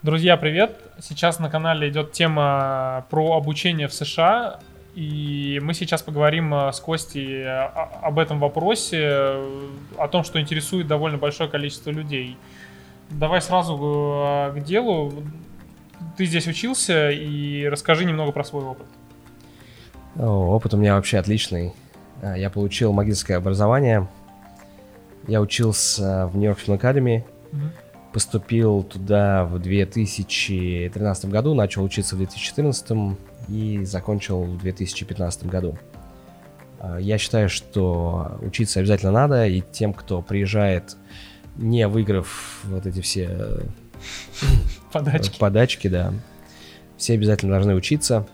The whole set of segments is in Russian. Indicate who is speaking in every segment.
Speaker 1: Друзья, привет! Сейчас на канале идет тема про обучение в США, и мы сейчас поговорим с Костей об этом вопросе, о том, что интересует довольно большое количество людей. Давай сразу к делу. Ты здесь учился, и расскажи немного про свой опыт.
Speaker 2: Опыт у меня вообще отличный. Я получил магистерское образование. Я учился в Нью-Йорк Film Academy. Поступил туда в 2013 году, начал учиться в 2014 и закончил в 2015 году. Я считаю, что учиться обязательно надо, и тем, кто приезжает, не выиграв вот эти все подачки, да, все обязательно должны учиться.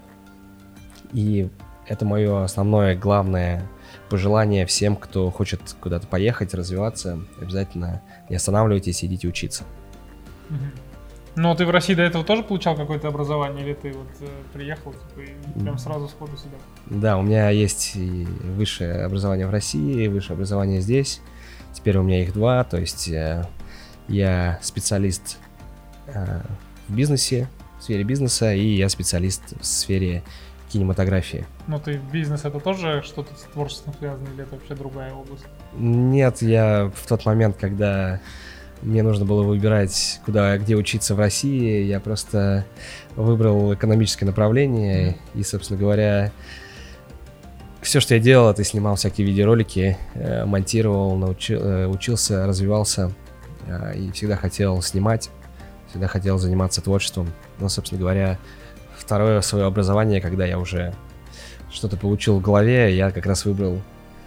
Speaker 2: И это мое основное, главное пожелание всем, кто хочет куда-то поехать, развиваться. Обязательно не останавливайтесь, идите учиться.
Speaker 1: Ну, ты в России до этого тоже получал какое-то образование, или ты вот приехал и прям сразу сходу сюда?
Speaker 2: Да, у меня есть и высшее образование в России, и высшее образование здесь. Теперь у меня их два, то есть я специалист в бизнесе, в сфере бизнеса, и я специалист в сфере кинематографии.
Speaker 1: Ну, ты бизнес — это тоже что-то с творчеством связано, или это вообще другая область?
Speaker 2: Нет, я в тот момент, когда мне нужно было выбирать, где учиться в России, я просто выбрал экономическое направление, и, собственно говоря, все, что я делал, это снимал всякие видеоролики, монтировал, учился, развивался, и всегда хотел снимать, всегда хотел заниматься творчеством. Но, собственно говоря, второе свое образование, когда я уже что-то получил в голове, я как раз выбрал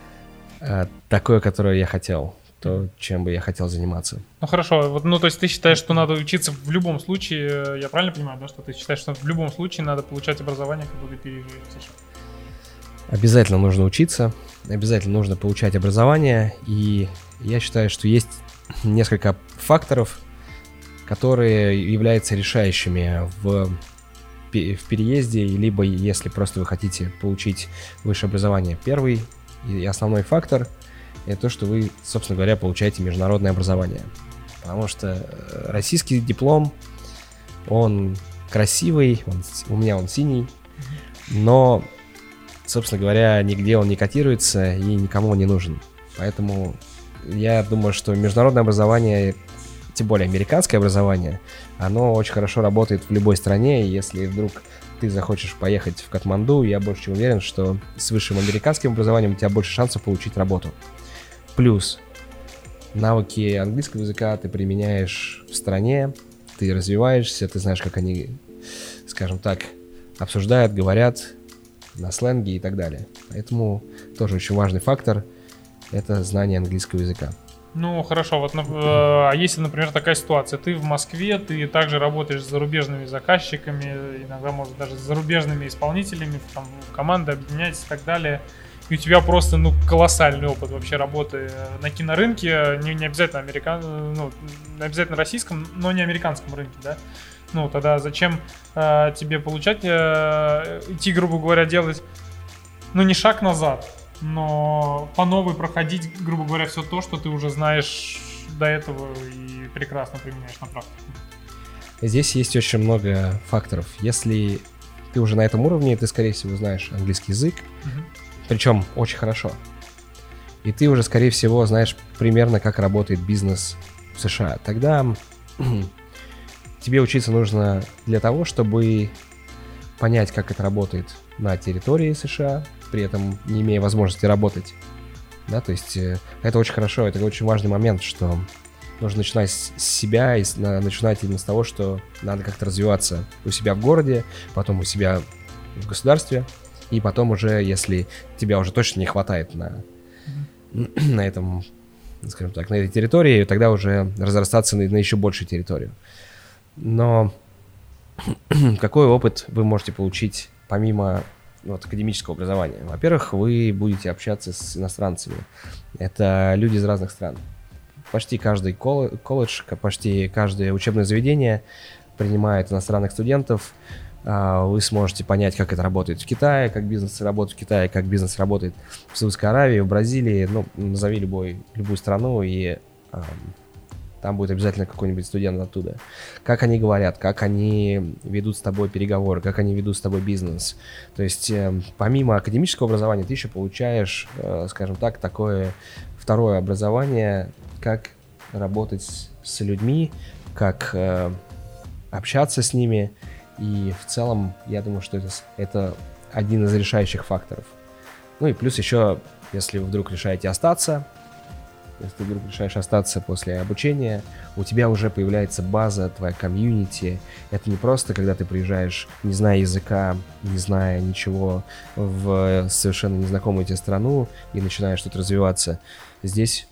Speaker 2: такое, которое я хотел, то, чем бы я хотел заниматься.
Speaker 1: Ну хорошо, вот, ну то есть ты считаешь, что надо учиться в любом случае, я правильно понимаю, да, что ты считаешь, что в любом случае надо получать образование, когда ты переезжаешь в США?
Speaker 2: Обязательно нужно учиться, обязательно нужно получать образование, и я считаю, что есть несколько факторов, которые являются решающими в переезде, либо если просто вы хотите получить высшее образование. Первый и основной фактор — это то, что вы, собственно говоря, получаете международное образование. Потому что российский диплом, он красивый, у меня он синий, но, собственно говоря, нигде он не котируется и никому он не нужен. Поэтому я думаю, что международное образование, тем более американское образование, оно очень хорошо работает в любой стране, и если вдруг ты захочешь поехать в Катманду, я больше чем уверен, что с высшим американским образованием у тебя больше шансов получить работу. Плюс навыки английского языка ты применяешь в стране, ты развиваешься, ты знаешь, как они, скажем так, обсуждают, говорят на сленге и так далее. Поэтому тоже очень важный фактор — это знание английского языка.
Speaker 1: Ну, хорошо, вот, а если, например, такая ситуация, ты в Москве, ты также работаешь с зарубежными заказчиками, иногда, может, даже с зарубежными исполнителями, там, команды объединяетесь и так далее, и у тебя просто, колоссальный опыт вообще работы на кинорынке, не обязательно не обязательно российском, но не американском рынке, да? Ну, тогда зачем тебе получать, идти, грубо говоря, делать, не шаг назад, но по новой проходить, грубо говоря, все то, что ты уже знаешь до этого и прекрасно применяешь на практике.
Speaker 2: Здесь есть очень много факторов. Если ты уже на этом уровне, ты, скорее всего, знаешь английский язык, причем очень хорошо. И ты уже, скорее всего, знаешь примерно, как работает бизнес в США. Тогда тебе учиться нужно для того, чтобы понять, как это работает на территории США, при этом не имея возможности работать. Да, то есть это очень хорошо, это очень важный момент, что нужно начинать с себя и начинать именно с того, что надо как-то развиваться у себя в городе, потом у себя в государстве, и потом уже, если тебя уже точно не хватает на этом, скажем так, на этой территории, тогда уже разрастаться на еще большую территорию. Но какой опыт вы можете получить помимо академического образования? Во-первых, вы будете общаться с иностранцами. Это люди из разных стран. Почти каждый колледж, почти каждое учебное заведение принимает иностранных студентов. Вы сможете понять, как это работает в Китае, как бизнес работает в Китае, как бизнес работает в Саудовской Аравии, в Бразилии. Назови любую страну, и там будет обязательно какой-нибудь студент оттуда. Как они говорят, как они ведут с тобой переговоры, как они ведут с тобой бизнес. То есть помимо академического образования ты еще получаешь, скажем так, такое второе образование, как работать с людьми, как общаться с ними. И в целом, я думаю, что это один из решающих факторов. Ну и плюс еще, если вы вдруг решаете остаться, если ты вдруг решаешь остаться после обучения, у тебя уже появляется база, твоя комьюнити. Это не просто, когда ты приезжаешь, не зная языка, не зная ничего, в совершенно незнакомую тебе страну и начинаешь тут развиваться. Здесь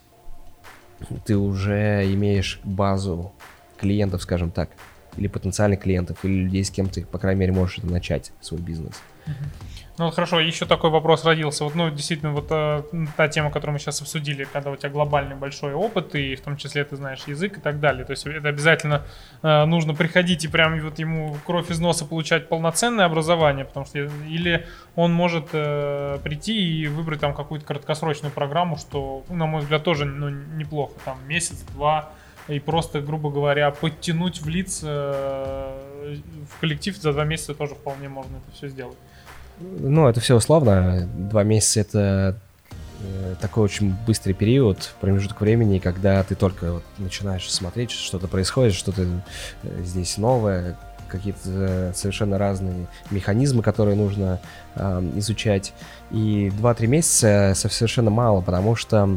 Speaker 2: ты уже имеешь базу клиентов, скажем так, или потенциальных клиентов, или людей, с кем ты, по крайней мере, можешь начать свой бизнес.
Speaker 1: Ну хорошо, еще такой вопрос родился. Вот, ну, действительно, вот та тема, которую мы сейчас обсудили, когда у тебя глобальный большой опыт, и в том числе ты знаешь язык и так далее. То есть это обязательно нужно приходить и прям вот ему кровь из носа получать полноценное образование, потому что или он может прийти и выбрать там какую-то краткосрочную программу, что, на мой взгляд, тоже неплохо, там месяц-два, и просто, грубо говоря, подтянуть, влиться в коллектив за 2 месяца тоже вполне можно это все сделать.
Speaker 2: Ну, это все условно. 2 месяца — это такой очень быстрый период, промежуток времени, когда ты только вот начинаешь смотреть, что-то происходит, что-то здесь новое, какие-то совершенно разные механизмы, которые нужно изучать. И 2-3 месяца совершенно мало, потому что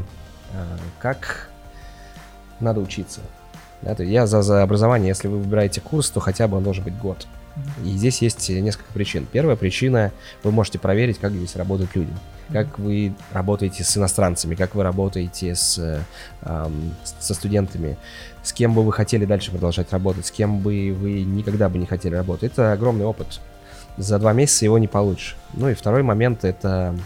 Speaker 2: как надо учиться. Я за образование. Если вы выбираете курс, то хотя бы он должен быть год. И здесь есть несколько причин. Первая причина — вы можете проверить, как здесь работают люди. Как вы работаете с иностранцами, как вы работаете со студентами, с кем бы вы хотели дальше продолжать работать, с кем бы вы никогда бы не хотели работать. Это огромный опыт. За 2 месяца его не получишь. Ну и второй момент — это,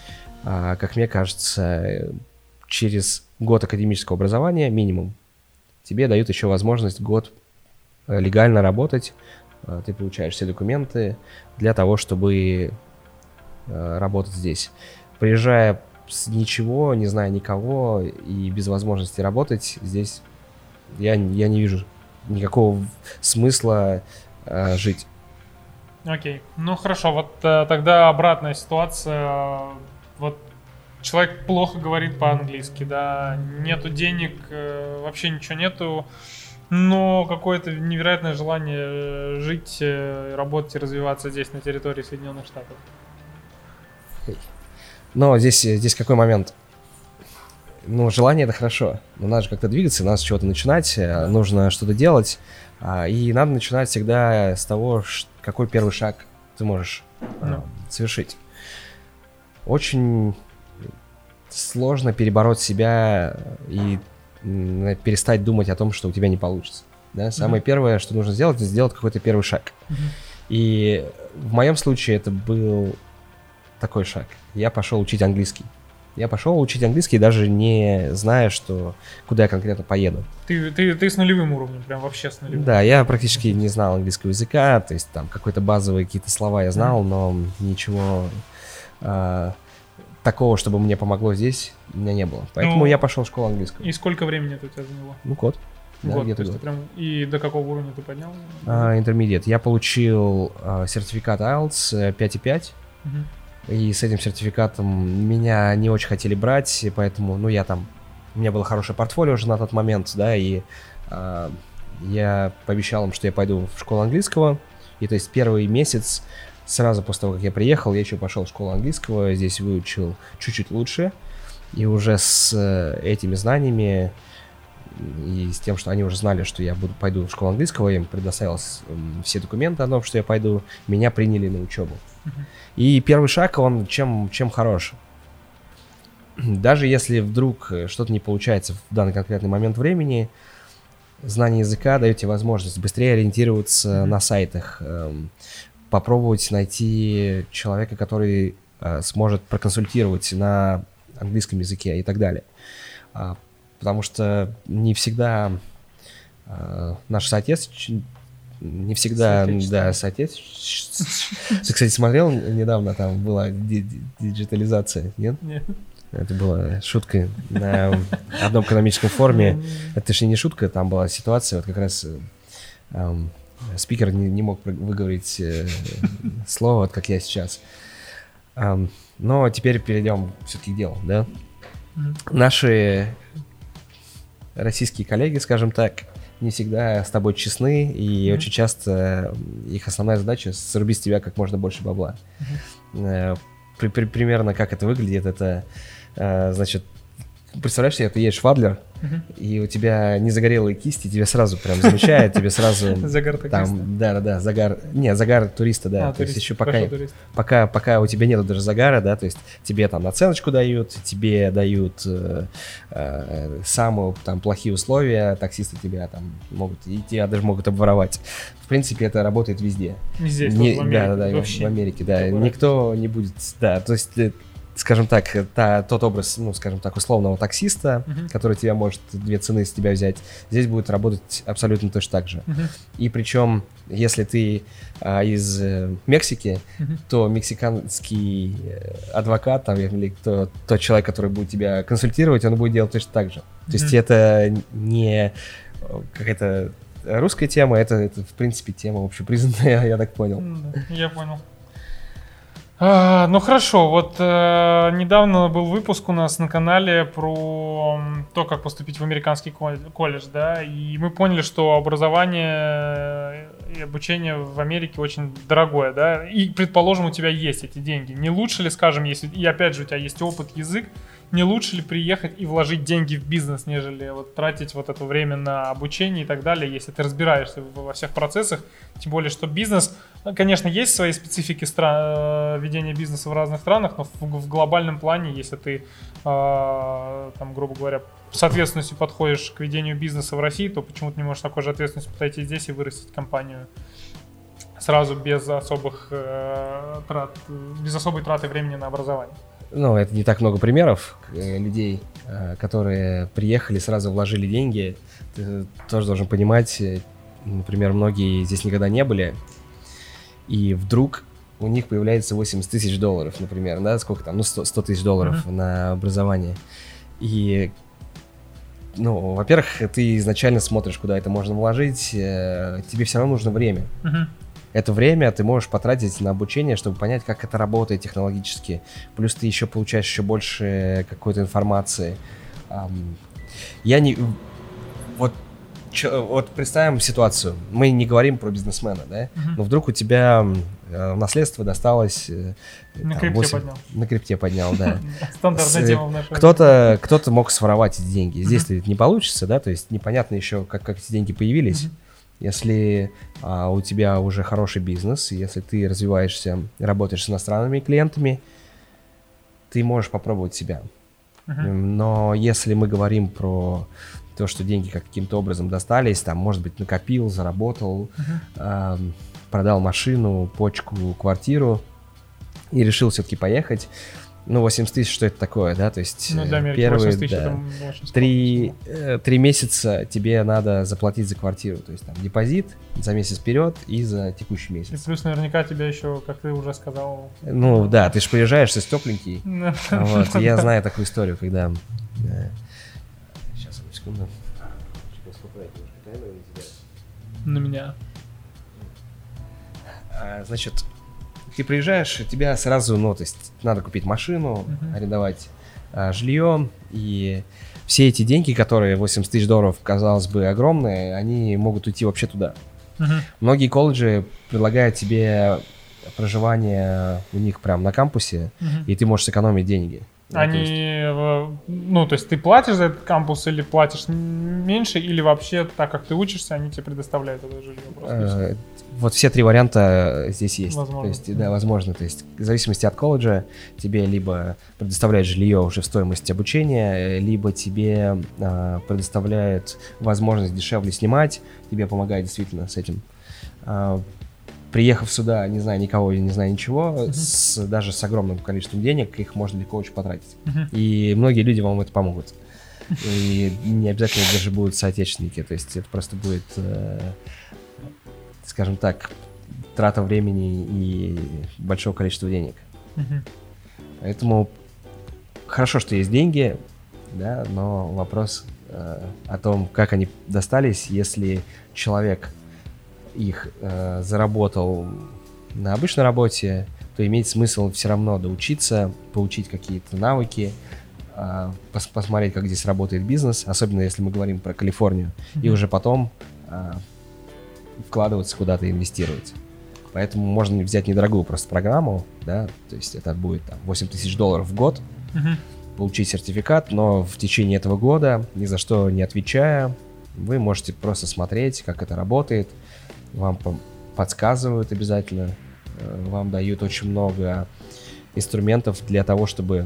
Speaker 2: как мне кажется, через год академического образования минимум тебе дают еще возможность год легально работать. Ты получаешь все документы для того, чтобы работать здесь. Приезжая с ничего, не зная никого и без возможности работать, здесь я не вижу никакого смысла жить.
Speaker 1: Окей. Ну хорошо, вот тогда обратная ситуация. Вот человек плохо говорит по-английски, да, нету денег, вообще ничего нету, но какое-то невероятное желание жить, работать и развиваться здесь, на территории Соединенных Штатов.
Speaker 2: Но здесь какой момент? Ну, желание — это хорошо, но надо же как-то двигаться, надо с чего-то начинать, нужно что-то делать, и надо начинать всегда с того, какой первый шаг ты можешь совершить. Очень сложно перебороть себя и перестать думать о том, что у тебя не получится. Да? Самое первое, что нужно сделать, это сделать какой-то первый шаг. И в моем случае это был такой шаг. Я пошел учить английский. Я пошел учить английский, даже не зная, куда я конкретно поеду.
Speaker 1: Ты с нулевым уровнем, прям вообще с нулевым.
Speaker 2: Да, я практически не знал английского языка, то есть там какой-то базовые какие-то слова я знал, но ничего такого, чтобы мне помогло здесь, у меня не было. Поэтому я пошел в школу английского.
Speaker 1: И сколько времени это у тебя заняло?
Speaker 2: Ну, год. Да,
Speaker 1: год,
Speaker 2: где-то
Speaker 1: то есть
Speaker 2: год.
Speaker 1: И до какого уровня ты поднял?
Speaker 2: Интермедиат. Я получил сертификат IELTS 5,5. И с этим сертификатом меня не очень хотели брать, поэтому, у меня было хорошее портфолио уже на тот момент, да, и я пообещал им, что я пойду в школу английского, и то есть первый месяц, сразу после того, как я приехал, я еще пошел в школу английского, здесь выучил чуть-чуть лучше, и уже с этими знаниями и с тем, что они уже знали, что я пойду в школу английского, я им предоставил все документы о том, что я пойду, меня приняли на учебу. И первый шаг, он чем хорош? Даже если вдруг что-то не получается в данный конкретный момент времени, знание языка дает тебе возможность быстрее ориентироваться на сайтах, попробовать найти человека, который сможет проконсультировать на английском языке и так далее. Потому что не всегда наш соотечественник, не всегда, да, соотечественник. Ты, кстати, смотрел недавно, там была диджитализация, нет?
Speaker 1: Нет.
Speaker 2: Это была шутка на одном экономическом форуме. Это же не шутка, там была ситуация, вот как раз спикер не мог выговорить слово, вот как я сейчас. Но теперь перейдем все-таки к делу, да? Наши российские коллеги, скажем так, не всегда с тобой честны, и очень часто их основная задача — срубить с тебя как можно больше бабла. Примерно как это выглядит, это, значит, представляешь себе, ты едешь в Адлер, и у тебя не загорелые кисти, тебе сразу прям замечает, тебе сразу...
Speaker 1: Загар таксиста.
Speaker 2: Да, загар... Не, загар туриста, да. То есть еще пока у тебя нету даже загара, да, то есть тебе там наценочку дают, тебе дают самые там плохие условия, таксисты тебя там могут, и тебя даже могут обворовать. В принципе, это работает везде.
Speaker 1: Везде, в Америке.
Speaker 2: Да, в Америке, да. Никто не будет, да, то есть... Скажем так, тот образ, ну, скажем так, условного таксиста, который тебя может две цены с тебя взять, здесь будет работать абсолютно точно так же. И причем, если ты из Мексики, то мексиканский адвокат, там, или тот человек, который будет тебя консультировать, он будет делать точно так же. То есть это не какая-то русская тема, это в принципе тема общепризнанная, я так понял.
Speaker 1: Я понял. Ну хорошо, вот недавно был выпуск у нас на канале про то, как поступить в американский колледж, да, и мы поняли, что образование и обучение в Америке очень дорогое, да, и, предположим, у тебя есть эти деньги. Не лучше ли, скажем, если, и опять же у тебя есть опыт, язык, не лучше ли приехать и вложить деньги в бизнес, нежели вот тратить вот это время на обучение и так далее, если ты разбираешься во всех процессах, тем более, что бизнес, конечно, есть свои специфики ведения бизнеса в разных странах, но в глобальном плане, если ты, там, грубо говоря, с ответственностью подходишь к ведению бизнеса в России, то почему ты не можешь такой же ответственностью подойти здесь и вырастить компанию сразу без особых без особой траты времени на образование?
Speaker 2: Ну, это не так много примеров людей, которые приехали, сразу вложили деньги. Ты тоже должен понимать, например, многие здесь никогда не были, и вдруг у них появляется $80 тысяч, например, да, сколько там, ну, $100 тысяч на образование. И, ну, во-первых, ты изначально смотришь, куда это можно вложить, тебе все равно нужно время. Это время ты можешь потратить на обучение, чтобы понять, как это работает технологически. Плюс ты еще получаешь еще больше какой-то информации. Вот представим ситуацию. Мы не говорим про бизнесмена, да? Но вдруг у тебя наследство досталось...
Speaker 1: На крипте поднял.
Speaker 2: На крипте поднял, да.
Speaker 1: Стандартная тема в нашей...
Speaker 2: Кто-то мог своровать эти деньги. Здесь не получится, да? То есть непонятно еще, как эти деньги появились. Если у тебя уже хороший бизнес, если ты развиваешься, работаешь с иностранными клиентами, ты можешь попробовать себя. Но если мы говорим про то, что деньги каким-то образом достались, там, может быть, накопил, заработал, продал машину, почку, квартиру и решил все-таки поехать, ну, 80 тысяч, что это такое, да, то есть первые 3 месяца тебе надо заплатить за квартиру, то есть там депозит за месяц вперед и за текущий месяц.
Speaker 1: И плюс наверняка тебя еще, как ты уже сказал...
Speaker 2: Ну, да, ты же приезжаешь, ты тепленький, вот, я знаю такую историю, когда... Сейчас, одну секунду.
Speaker 1: На меня.
Speaker 2: Значит... Ты приезжаешь, тебя сразу, ну, то есть надо купить машину, арендовать жилье, и все эти деньги, которые $80 тысяч, казалось бы, огромные, они могут уйти вообще туда. Многие колледжи предлагают тебе проживание у них прямо на кампусе, и ты можешь сэкономить деньги.
Speaker 1: Они, ну, то есть ты платишь за этот кампус или платишь меньше, или вообще, так как ты учишься, они тебе предоставляют это жилье?
Speaker 2: Вот все 3 варианта здесь есть.
Speaker 1: Возможно.
Speaker 2: То есть, да, возможно. То есть, в зависимости от колледжа, тебе либо предоставляют жилье уже в стоимости обучения, либо тебе предоставляют возможность дешевле снимать, тебе помогают действительно с этим. Приехав сюда, не зная никого и не зная ничего, даже с огромным количеством денег, их можно легко очень потратить. И многие люди вам это помогут. И не обязательно даже будут соотечественники. То есть это просто будет, скажем так, трата времени и большого количества денег. Поэтому хорошо, что есть деньги, да, но вопрос о том, как они достались, если человек их заработал на обычной работе, то имеет смысл все равно доучиться, получить какие-то навыки, посмотреть, как здесь работает бизнес, особенно если мы говорим про Калифорнию, и уже потом вкладываться куда-то, инвестировать. Поэтому можно взять недорогую просто программу, да, то есть это будет там, $8000 в год, получить сертификат, но в течение этого года, ни за что не отвечая, вы можете просто смотреть, как это работает, вам подсказывают обязательно, вам дают очень много инструментов для того, чтобы,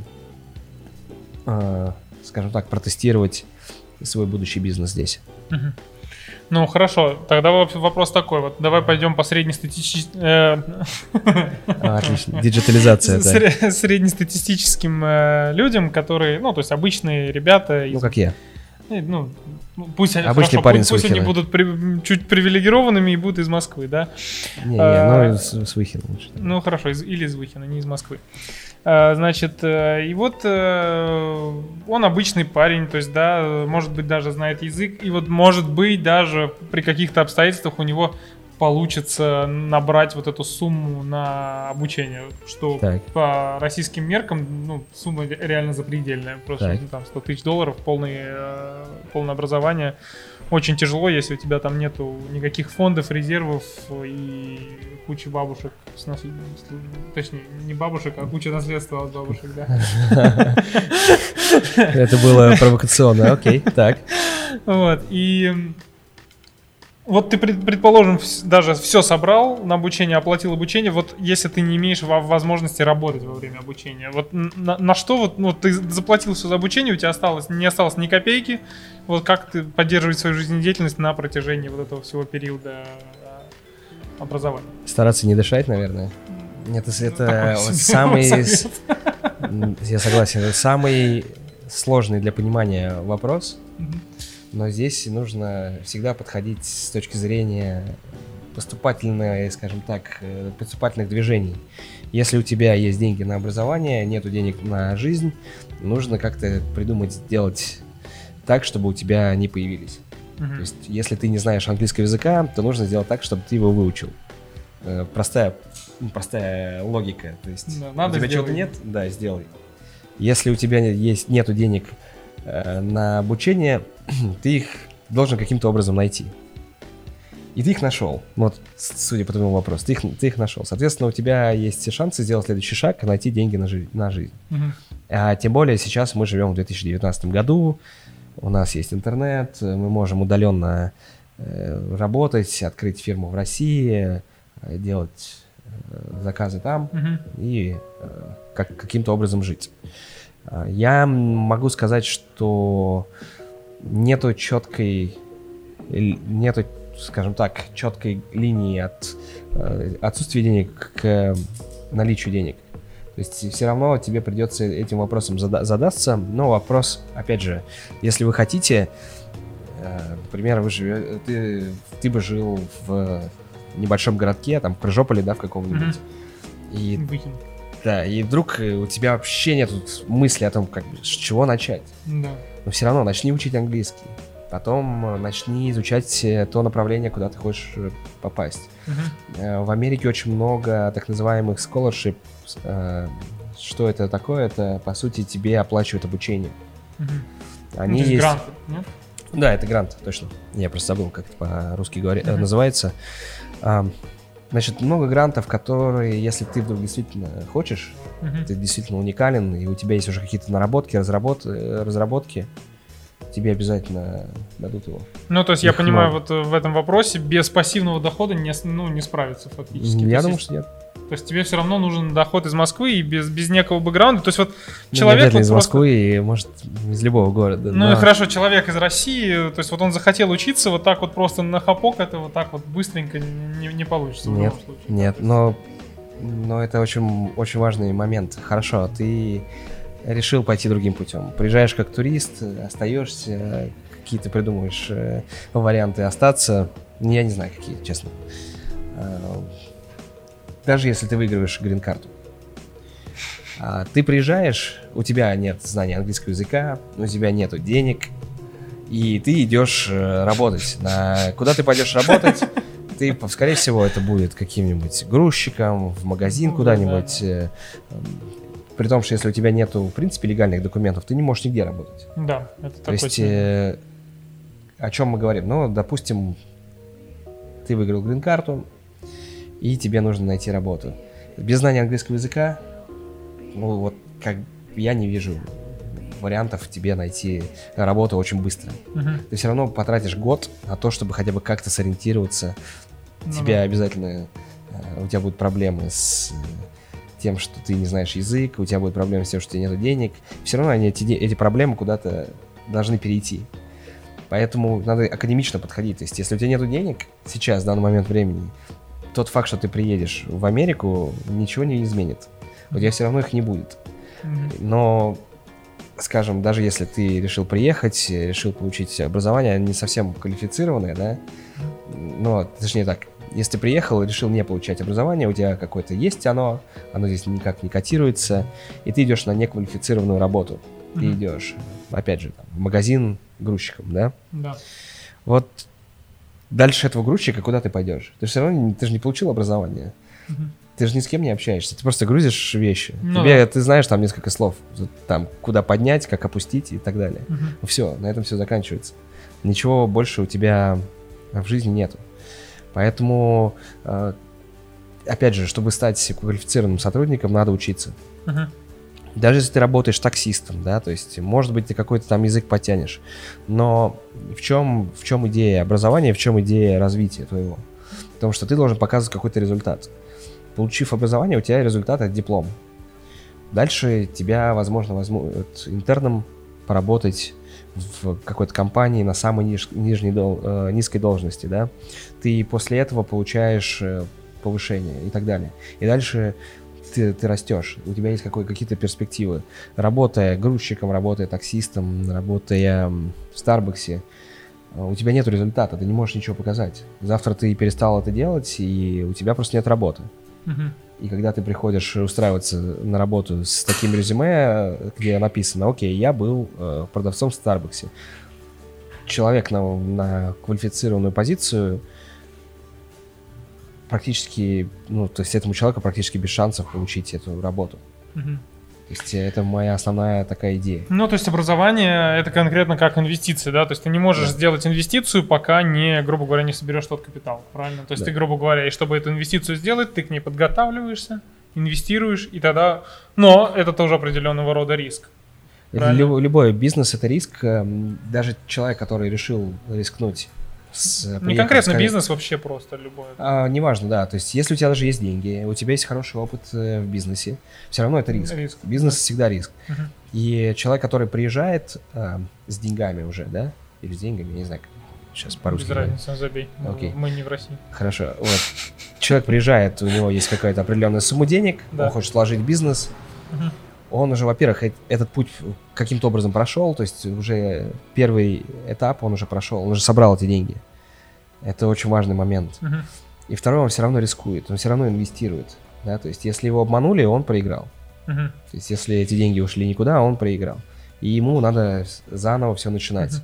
Speaker 2: скажем так, протестировать свой будущий бизнес здесь.
Speaker 1: Ну, хорошо, тогда вопрос такой, вот давай пойдем по среднестатистическим...
Speaker 2: Отлично, диджитализация, да.
Speaker 1: Среднестатистическим людям, которые, ну, то есть обычные ребята...
Speaker 2: Ну, как я.
Speaker 1: Ну, пусть они,
Speaker 2: обычный
Speaker 1: хорошо,
Speaker 2: парень
Speaker 1: пусть они будут чуть привилегированными и будут из Москвы, да?
Speaker 2: Ну, с Выхина лучше.
Speaker 1: Ну, хорошо, или из Выхина, не из Москвы. Значит, и вот он обычный парень, то есть, да, может быть, даже знает язык, и вот, может быть, даже при каких-то обстоятельствах у него получится набрать вот эту сумму на обучение, что
Speaker 2: так.
Speaker 1: по российским меркам, ну, сумма реально запредельная, просто там $100 000, полное образование. Очень тяжело, если у тебя там нету никаких фондов, резервов и кучи бабушек, точнее, не бабушек, а куча наследства от бабушек, да.
Speaker 2: Это было провокационно, окей, так.
Speaker 1: Вот, и вот ты, предположим, даже все собрал на обучение, оплатил обучение, вот если ты не имеешь возможности работать во время обучения, вот на что вот ты заплатил все за обучение, у тебя не осталось ни копейки, вот как ты поддерживать свою жизнедеятельность на протяжении вот этого всего периода образования?
Speaker 2: Стараться не дышать, наверное. Это самый... Я согласен, это самый сложный для понимания вопрос. Но здесь нужно всегда подходить с точки зрения поступательных движений. Если у тебя есть деньги на образование, нету денег на жизнь, нужно как-то придумать, сделать так, чтобы у тебя они появились. То есть, если ты не знаешь английского языка, то нужно сделать так, чтобы ты его выучил. Простая логика. То есть, у тебя чего-то нет, да, сделай. Если у тебя нету денег на обучение, ты их должен каким-то образом найти. И ты их нашел. Вот, судя по твоему вопросу, ты их нашел. Соответственно, у тебя есть все шансы сделать следующий шаг и найти деньги на жизнь. А тем более сейчас мы живем в 2019 году, у нас есть интернет, мы можем удаленно работать, открыть фирму в России, делать заказы там и каким-то образом жить. Я могу сказать, что нету, скажем так, четкой линии от отсутствия денег к наличию денег. То есть все равно тебе придется этим вопросом задаться. Но вопрос, опять же, если вы хотите, например, ты бы жил в небольшом городке, там, в Крыжополе, да, в каком-нибудь. И да, и вдруг у тебя вообще нет мысли о том, с чего начать.
Speaker 1: Да.
Speaker 2: Но все равно начни учить английский. Потом начни изучать то направление, куда ты хочешь попасть. В Америке очень много так называемых scholarship. Что это такое? Это, по сути, тебе оплачивают обучение. Они есть...
Speaker 1: гранты, нет?
Speaker 2: Да, это грант, точно. Я просто забыл, как это по-русски называется. Значит, много грантов, которые, если ты вдруг действительно хочешь, ты действительно уникален, и у тебя есть уже какие-то наработки, разработки, тебе обязательно дадут его.
Speaker 1: Ну, то есть я понимаю, вот в этом вопросе без пассивного дохода не справиться фактически.
Speaker 2: Я думаю, что нет.
Speaker 1: То есть тебе все равно нужен доход из Москвы и без некого бэкграунда. То есть вот
Speaker 2: человек... Не из Москвы и, может, из любого города.
Speaker 1: Ну и хорошо, человек из России, то есть вот он захотел учиться, вот так вот просто на хапок это вот так вот быстренько не получится.
Speaker 2: Нет, нет, но это очень, очень важный момент. Хорошо, ты решил пойти другим путем. Приезжаешь как турист, остаешься, какие-то придумываешь варианты остаться. Я не знаю, какие, честно. Даже если ты выигрываешь грин-карту. Ты приезжаешь, у тебя нет знания английского языка, у тебя нету денег, и ты идешь работать. Куда ты пойдешь работать? Ты, скорее всего, это будет каким-нибудь грузчиком, в магазин куда-нибудь. При том, что если у тебя нету, в принципе, легальных документов, ты не можешь нигде работать.
Speaker 1: Да, это
Speaker 2: То
Speaker 1: такой
Speaker 2: есть, о чем мы говорим? Ну, допустим, ты выиграл грин-карту, и тебе нужно найти работу. Без знания английского языка, ну, вот как я не вижу вариантов тебе найти работу очень быстро. Ты все равно потратишь год на то, чтобы хотя бы как-то сориентироваться. Тебе обязательно... У тебя будут проблемы с тем, что ты не знаешь язык, у тебя будут проблемы с тем, что у тебя нет денег. Все равно эти проблемы куда-то должны перейти. Поэтому надо академично подходить. То есть, если у тебя нет денег сейчас, в данный момент времени, тот факт, что ты приедешь в Америку, ничего не изменит. У тебя все равно их не будет. Но, скажем, даже если ты решил приехать, решил получить образование не совсем квалифицированное, да, но, точнее так, если ты приехал и решил не получать образование, у тебя какое-то есть оно здесь никак не котируется, и ты идешь на неквалифицированную работу. Ты идешь, опять же, в магазин грузчиком, да? Да. Вот дальше этого грузчика куда ты пойдешь? Ты же все равно ты же не получил образование. Ты же ни с кем не общаешься, ты просто грузишь вещи. Ты знаешь там несколько слов, там, куда поднять, как опустить и так далее. Все, на этом все заканчивается. Ничего больше у тебя в жизни нету. Поэтому, опять же, чтобы стать квалифицированным сотрудником, надо учиться. Даже если ты работаешь таксистом, да, то есть, может быть, ты какой-то там язык потянешь. Но в чем идея образования, в чем идея развития твоего? Потому что ты должен показывать какой-то результат. Получив образование, у тебя результат — это диплом. Дальше тебя, возможно, возьмут интерном поработать в какой-то компании на самой низкой должности, да. Ты после этого получаешь повышение и так далее. И дальше ты растешь, у тебя есть какие-то перспективы. Работая грузчиком, работая таксистом, работая в Старбаксе, у тебя нет результата, ты не можешь ничего показать. Завтра ты перестал это делать, и у тебя просто нет работы. И когда ты приходишь устраиваться на работу с таким резюме, где написано: окей, я был продавцом в Старбаксе. Человек на квалифицированную позицию практически, то есть этому человеку практически без шансов получить эту работу. То есть это моя основная такая идея.
Speaker 1: То есть образование — это конкретно как инвестиция, да? То есть ты не можешь сделать инвестицию, пока не, грубо говоря, не соберешь тот капитал, правильно? То есть ты, грубо говоря, и чтобы эту инвестицию сделать, ты к ней подготавливаешься, инвестируешь, и тогда... Но это тоже определенного рода риск.
Speaker 2: Любой бизнес — это риск. Даже человек, который решил рискнуть
Speaker 1: не конкретно бизнес, вообще просто любой.
Speaker 2: Неважно, да. То есть, если у тебя даже есть деньги, у тебя есть хороший опыт в бизнесе, все равно это риск. Бизнес всегда риск. И человек, который приезжает с деньгами уже, да, или с деньгами, я не знаю, сейчас по-русски.
Speaker 1: Без разницы, забей.
Speaker 2: Окей.
Speaker 1: Мы не в России.
Speaker 2: Хорошо. Вот. Человек приезжает, у него есть какая-то определенная сумма денег, он хочет вложить в бизнес. Он уже, во-первых, этот путь каким-то образом прошел, то есть уже первый этап он уже прошел, он уже собрал эти деньги. Это очень важный момент. И второй, он все равно рискует, он все равно инвестирует. Да? То есть если его обманули, он проиграл. То есть если эти деньги ушли никуда, он проиграл. И ему надо заново все начинать.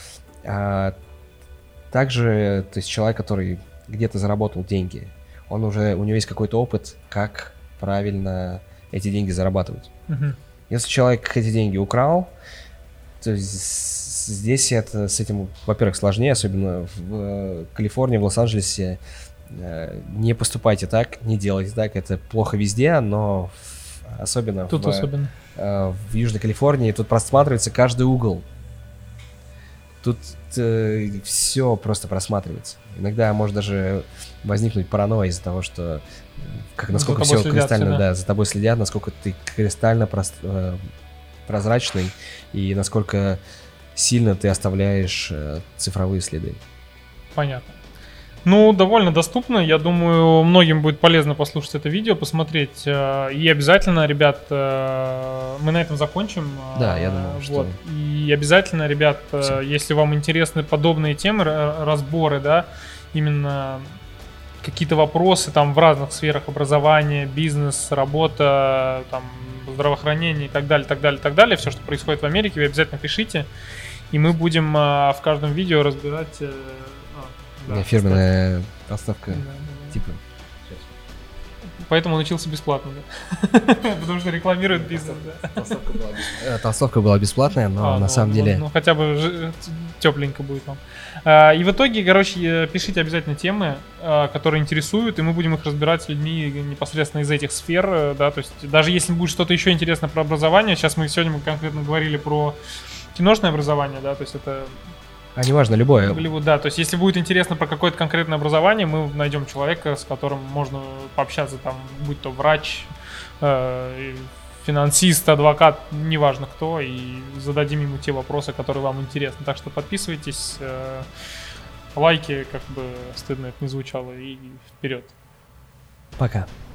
Speaker 2: Также, то есть человек, который где-то заработал деньги, у него есть какой-то опыт, как правильно эти деньги зарабатывать. Если человек эти деньги украл, то здесь с этим, во-первых, сложнее, особенно в Калифорнии, в Лос-Анджелесе. Не поступайте так, не делайте так, это плохо везде, но особенно в Южной Калифорнии тут просматривается каждый угол. Тут все просто просматривается. Иногда может даже возникнуть паранойя из-за того, что насколько все кристально, за тобой следят, насколько ты кристально прозрачный и насколько сильно ты оставляешь цифровые следы.
Speaker 1: Понятно. Довольно доступно. Я думаю, многим будет полезно послушать это видео, посмотреть. И обязательно, ребят, мы на этом закончим.
Speaker 2: Да, я думаю, что...
Speaker 1: И обязательно, ребят, если вам интересны подобные темы, разборы, да, именно какие-то вопросы там в разных сферах образования, бизнес, работа, там, здравоохранение и так далее, так далее, так далее, все, что происходит в Америке, вы обязательно пишите, и мы будем в каждом видео разбирать...
Speaker 2: Фирменная толстовка, типа...
Speaker 1: Поэтому он учился бесплатно, да? Потому что рекламирует бизнес, да.
Speaker 2: Толстовка была бесплатная, но на самом деле...
Speaker 1: Ну, хотя бы тепленько будет вам. И в итоге, короче, пишите обязательно темы, которые интересуют, и мы будем их разбирать с людьми непосредственно из этих сфер, да, то есть даже если будет что-то еще интересное про образование, сейчас мы сегодня конкретно говорили про киношное образование, да, то есть это...
Speaker 2: А неважно, любое.
Speaker 1: Да, то есть если будет интересно про какое-то конкретное образование, мы найдем человека, с которым можно пообщаться, там, будь то врач, финансист, адвокат, неважно кто, и зададим ему те вопросы, которые вам интересны. Так что подписывайтесь, лайки, как бы стыдно это не звучало, и вперед.
Speaker 2: Пока.